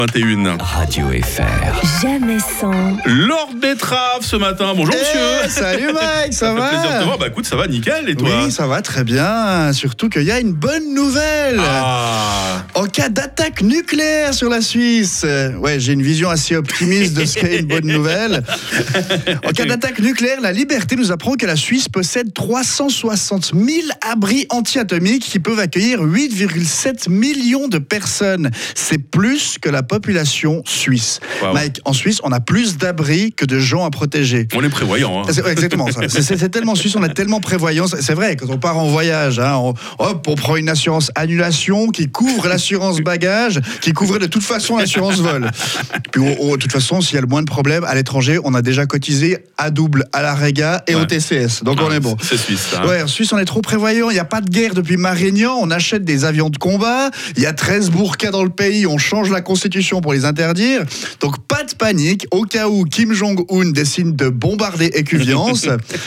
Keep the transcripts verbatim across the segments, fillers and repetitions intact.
vingt et une. Radio F R. Jamais sans. Lord Betrave ce matin. Bonjour hey, monsieur. Salut Mike, ça, ça va fait plaisir de te voir. Bah écoute, ça va nickel et toi? Oui, ça va très bien. Surtout qu'il y a une bonne nouvelle. Ah. En cas d'attaque nucléaire sur la Suisse. Euh, ouais, j'ai une vision assez optimiste de ce qu'est une bonne nouvelle. En cas d'attaque nucléaire, la Liberté nous apprend que la Suisse possède trois cent soixante mille abris anti-atomiques qui peuvent accueillir huit virgule sept millions de personnes. C'est plus que la population suisse. Wow. Mike, en Suisse, on a plus d'abris que de gens à protéger. On est prévoyant. Hein. C'est, ouais, exactement ça. C'est, c'est, c'est tellement suisse, on est tellement prévoyant. C'est, c'est vrai, quand on part en voyage, hein, on, hop, on prend une assurance annulation qui couvre l'assurance bagage, qui couvrait de toute façon l'assurance vol. Puis, oh, oh, de toute façon, s'il y a le moins de problèmes à l'étranger, on a déjà cotisé à double à la Réga et ouais. au T C S. Donc ah, on est bon. C'est suisse, ça. Hein. Ouais, en Suisse, on est trop prévoyant. Il n'y a pas de guerre depuis Marignan. On achète des avions de combat. Il y a treize burkas dans le pays. On change la constitution pour les interdire. Donc pas de panique. Au cas où Kim Jong-un décide de bombarder Écuviance.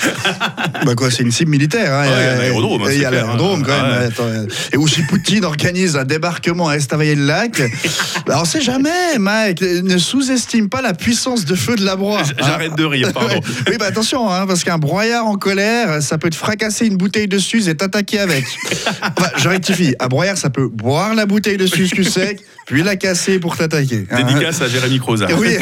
Bah quoi, c'est une cible militaire. Hein. Ouais, il y a l'aérodrome. Il y a l'aérodrome quand même. Ouais. Attends, et aussi Poutine organise un débarquement à Estavayer-le-Lac. Bah, on sait jamais, Mike. Ne sous-estime pas la puissance de feu de la broie. J'arrête hein. de rire, pardon. Oui, bah attention, hein, parce qu'un broyard en colère, ça peut te fracasser une bouteille de Suze et t'attaquer avec. Enfin, je rectifie. Un broyard, ça peut boire la bouteille de Suze cul sec, puis la casser pour t'attaquer. Hein. Dédicace à Jérémy Croza. Oui.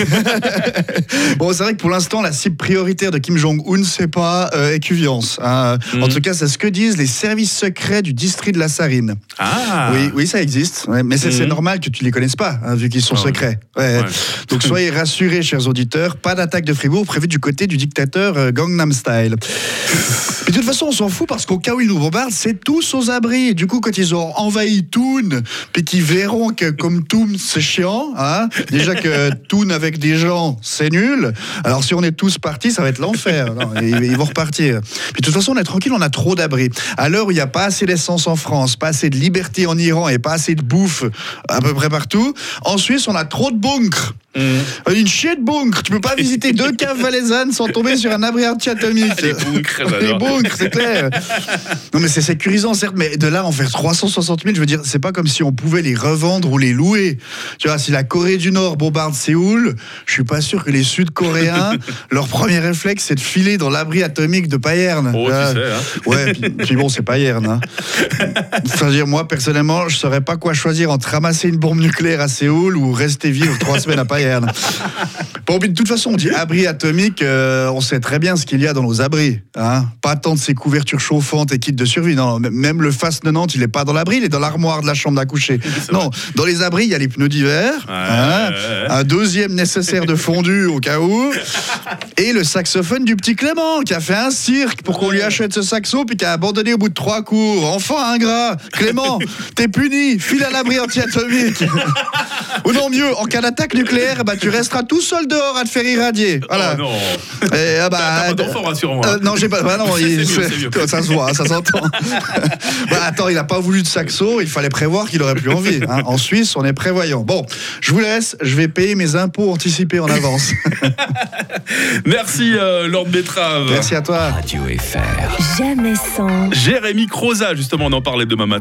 Bon, c'est vrai que pour l'instant, la cible prioritaire de Kim Jong-un, c'est pas euh, Écuviance. Hein. Mm. En tout cas, c'est ce que disent les services secrets du district de la Sarine. Ah. Oui, oui, ça existe. Ouais, mais c'est, mm. c'est normal que tu les connaisses pas, hein, vu qu'ils sont oh, secrets. Ouais. Ouais. Donc soyez rassurés, chers auditeurs, pas d'attaque de Fribourg prévue du côté du dictateur euh, Gangnam Style. Puis de toute façon, on s'en fout parce qu'au cas où ils nous bombardent, c'est tous aux abris. Du coup, quand ils auront envahi Thun, puis qu'ils verront que comme Thun, c'est chiant, hein, déjà que Thun avec des gens, c'est nul. Alors si on est tous partis, ça va être l'enfer. Non, ils, ils vont repartir. Puis de toute façon, on est tranquille, on a trop d'abris. À l'heure où il n'y a pas assez d'essence en France, pas assez de liberté en Iran et pas assez de bouffe à peu près partout, en Suisse, on a trop de bunkers. Mmh. Une chier de bunkers. Tu peux pas visiter deux caves valaisannes sans tomber sur un abri anti-atomique. Les bunkers, Les bunkers, c'est clair. Non mais c'est sécurisant certes, mais de là en faire trois cent soixante mille, je veux dire, c'est pas comme si on pouvait les revendre ou les louer. Tu vois, si la Corée du Nord bombarde Séoul, je suis pas sûr que les Sud-Coréens, leur premier réflexe, c'est de filer dans l'abri atomique de Payerne. Oh, euh, tu sais, hein. Ouais, puis, puis bon, c'est Payerne. Hein. C'est-à-dire, moi, personnellement, je saurais pas quoi choisir entre ramasser une bombe nucléaire à Séoul ou rester vivre trois semaines à Payerne. Bon, de toute façon, on dit abri atomique, euh, on sait très bien ce qu'il y a dans nos abris. Hein. Pas tant de ces couvertures chauffantes et kits de survie. Non, même le F A S quatre-vingt-dix, il n'est pas dans l'abri, il est dans l'armoire de la chambre d'à coucher. Non, dans les abris, il y a les pneus d'hiver, ouais, hein, ouais, ouais. un deuxième nécessaire de fondu au cas où, et le saxophone du petit Clément qui a fait un cirque pour qu'on lui achète ce saxo puis qui a abandonné au bout de trois cours. Enfin, ingrat, Clément, t'es puni, file à l'abri anti-atomique. Ou non, mieux, en cas d'attaque nucléaire, bah, tu resteras tout seul dehors à te faire irradier. Voilà. Oh non. Et, ah bah, t'as, t'as pas d'enfant, rassure-moi. Euh, non, j'ai pas. Bah non, c'est, il, c'est mieux, c'est mieux. Ça se voit, ça s'entend. Bah, attends, il n'a pas voulu de saxo, il fallait prévoir qu'il aurait plus envie. Hein. En Suisse, on est prévoyant. Bon, je vous laisse, je vais payer mes impôts anticipés en avance. Merci, euh, Lord Betrave. Merci à toi. Radio F R. Jamais sans. Jérémy Croza, justement, on en parlait demain matin.